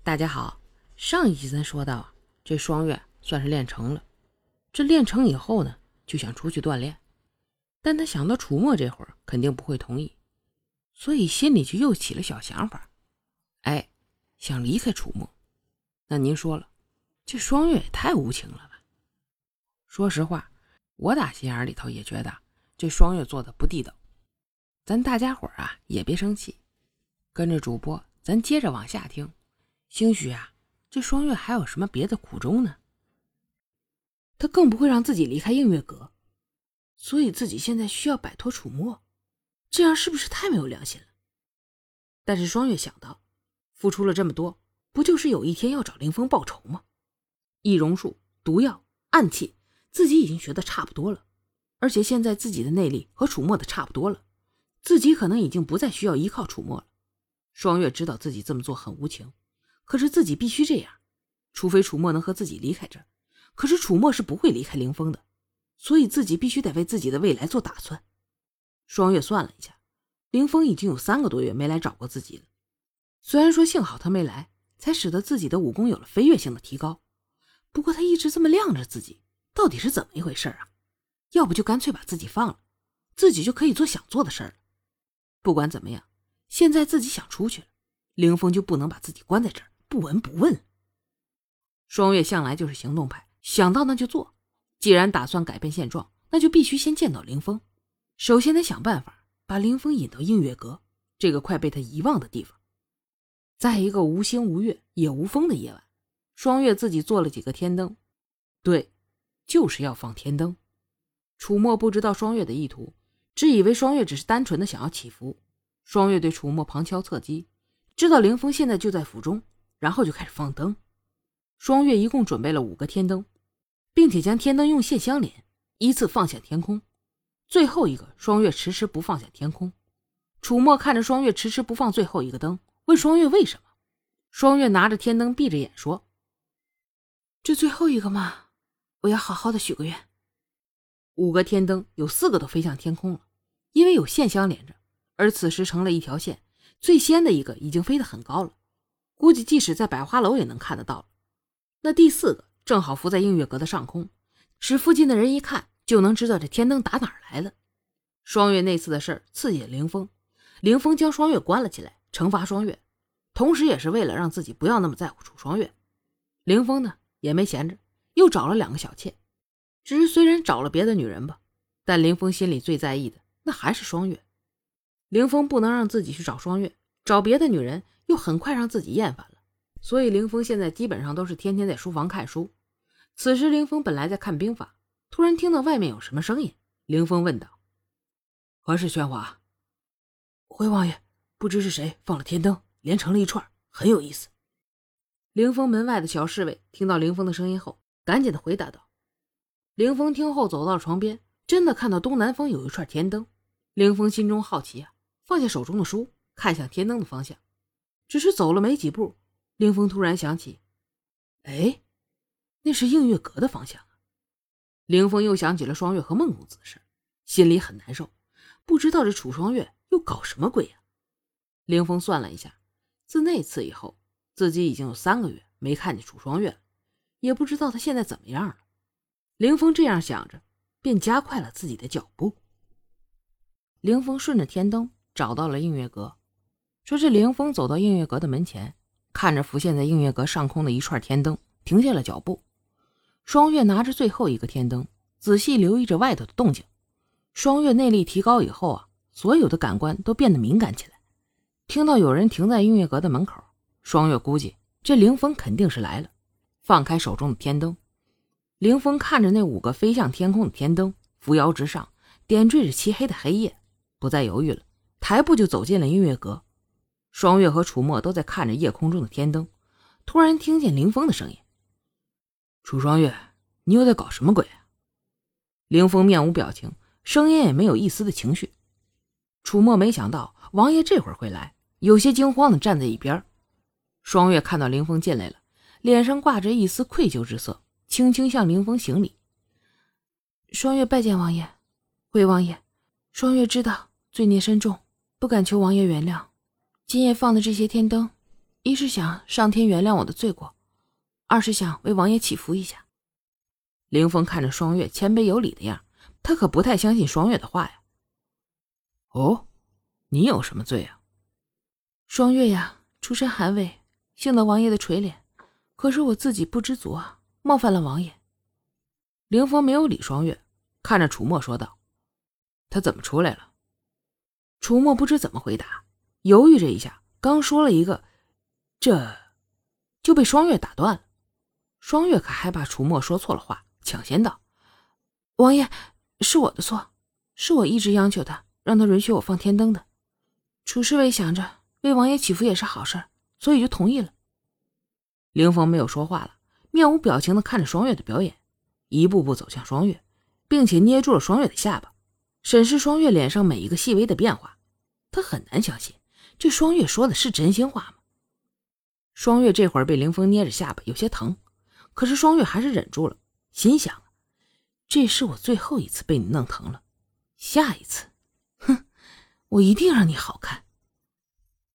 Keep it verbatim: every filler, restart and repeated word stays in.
大家好，上一集咱说到啊，这双月算是练成了。这练成以后呢，就想出去锻炼，但他想到楚墨这会儿肯定不会同意，所以心里就又起了小想法，哎，想离开楚墨。那您说了，这双月也太无情了吧？说实话，我打心眼里头也觉得这双月做的不地道。咱大家伙儿啊也别生气，跟着主播咱接着往下听。兴许啊，这双月还有什么别的苦衷呢？他更不会让自己离开映月阁，所以自己现在需要摆脱楚墨，这样是不是太没有良心了？但是双月想到，付出了这么多，不就是有一天要找凌风报仇吗？易容术、毒药、暗器，自己已经学得差不多了，而且现在自己的内力和楚墨的差不多了，自己可能已经不再需要依靠楚墨了。双月知道自己这么做很无情，可是自己必须这样，除非楚墨能和自己离开这儿。可是楚墨是不会离开凌风的，所以自己必须得为自己的未来做打算。双月算了一下，凌风已经有三个多月没来找过自己了。虽然说幸好他没来，才使得自己的武功有了飞跃性的提高，不过他一直这么晾着自己，到底是怎么一回事啊？要不就干脆把自己放了，自己就可以做想做的事儿了。不管怎么样，现在自己想出去了，凌风就不能把自己关在这儿不闻不问。双月向来就是行动派，想到那就做，既然打算改变现状，那就必须先见到凌风。首先得想办法把凌风引到映月阁，这个快被他遗忘的地方。在一个无星无月也无风的夜晚，双月自己做了几个天灯，对，就是要放天灯。楚墨不知道双月的意图，只以为双月只是单纯的想要祈福。双月对楚墨旁敲侧击，知道凌风现在就在府中，然后就开始放灯。双月一共准备了五个天灯，并且将天灯用线相连，依次放向天空。最后一个，双月迟迟不放向天空。楚墨看着双月迟迟不放最后一个灯，问双月为什么。双月拿着天灯闭着眼说，这最后一个嘛，我要好好的许个愿。五个天灯有四个都飞向天空了，因为有线相连着，而此时成了一条线，最先的一个已经飞得很高了，估计即使在百花楼也能看得到了。那第四个正好浮在映月阁的上空，使附近的人一看就能知道这天灯打哪儿来了。双月那次的事儿刺激了凌风，凌风将双月关了起来，惩罚双月，同时也是为了让自己不要那么在乎楚双月。凌风呢也没闲着，又找了两个小妾。只是虽然找了别的女人吧，但凌风心里最在意的那还是双月。凌风不能让自己去找双月，找别的女人又很快让自己厌烦了，所以凌风现在基本上都是天天在书房看书。此时凌风本来在看兵法，突然听到外面有什么声音，凌风问道，何事喧哗？回王爷，不知是谁放了天灯，连成了一串，很有意思。凌风门外的小侍卫听到凌风的声音后，赶紧的回答道。凌风听后走到床边，真的看到东南方有一串天灯。凌风心中好奇啊，放下手中的书，看向天灯的方向。只是走了没几步，凌风突然想起，哎，那是映月阁的方向啊。凌风又想起了双月和孟公子的事，心里很难受，不知道这楚双月又搞什么鬼啊。凌风算了一下，自那次以后，自己已经有三个月没看见楚双月了，也不知道他现在怎么样了。凌风这样想着，便加快了自己的脚步。凌风顺着天灯找到了映月阁。说这凌风走到映月阁的门前，看着浮现在映月阁上空的一串天灯，停下了脚步。双月拿着最后一个天灯，仔细留意着外头的动静。双月内力提高以后啊，所有的感官都变得敏感起来。听到有人停在映月阁的门口，双月估计这凌风肯定是来了，放开手中的天灯。凌风看着那五个飞向天空的天灯，扶摇直上，点缀着漆黑的黑夜，不再犹豫了，抬步就走进了映月阁。双月和楚墨都在看着夜空中的天灯，突然听见凌风的声音，楚双月，你又在搞什么鬼啊？凌风面无表情，声音也没有一丝的情绪。楚墨没想到王爷这会儿会来，有些惊慌地站在一边。双月看到凌风进来了，脸上挂着一丝愧疚之色，轻轻向凌风行礼。双月拜见王爷。回王爷，双月知道罪孽深重，不敢求王爷原谅。今夜放的这些天灯， 一是想上天原谅我的罪过，二是想为王爷祈福一下。凌风看着双月谦卑有礼的样，他可不太相信双月的话呀。哦，你有什么罪啊？双月呀，出身寒微，幸得王爷的垂怜，可是我自己不知足啊，冒犯了王爷。凌风没有理双月，看着楚墨说道：他怎么出来了？楚墨不知怎么回答，犹豫着一下，刚说了一个这就被双月打断了。双月可害怕楚墨说错了话，抢先道：王爷，是我的错，是我一直央求他，让他允许我放天灯的。楚侍卫想着为王爷祈福也是好事，所以就同意了。凌风没有说话了，面无表情地看着双月的表演，一步步走向双月，并且捏住了双月的下巴，审视双月脸上每一个细微的变化。他很难相信这双月说的是真心话吗？双月这会儿被凌风捏着下巴有些疼，可是双月还是忍住了，心想这是我最后一次被你弄疼了，下一次哼，我一定让你好看。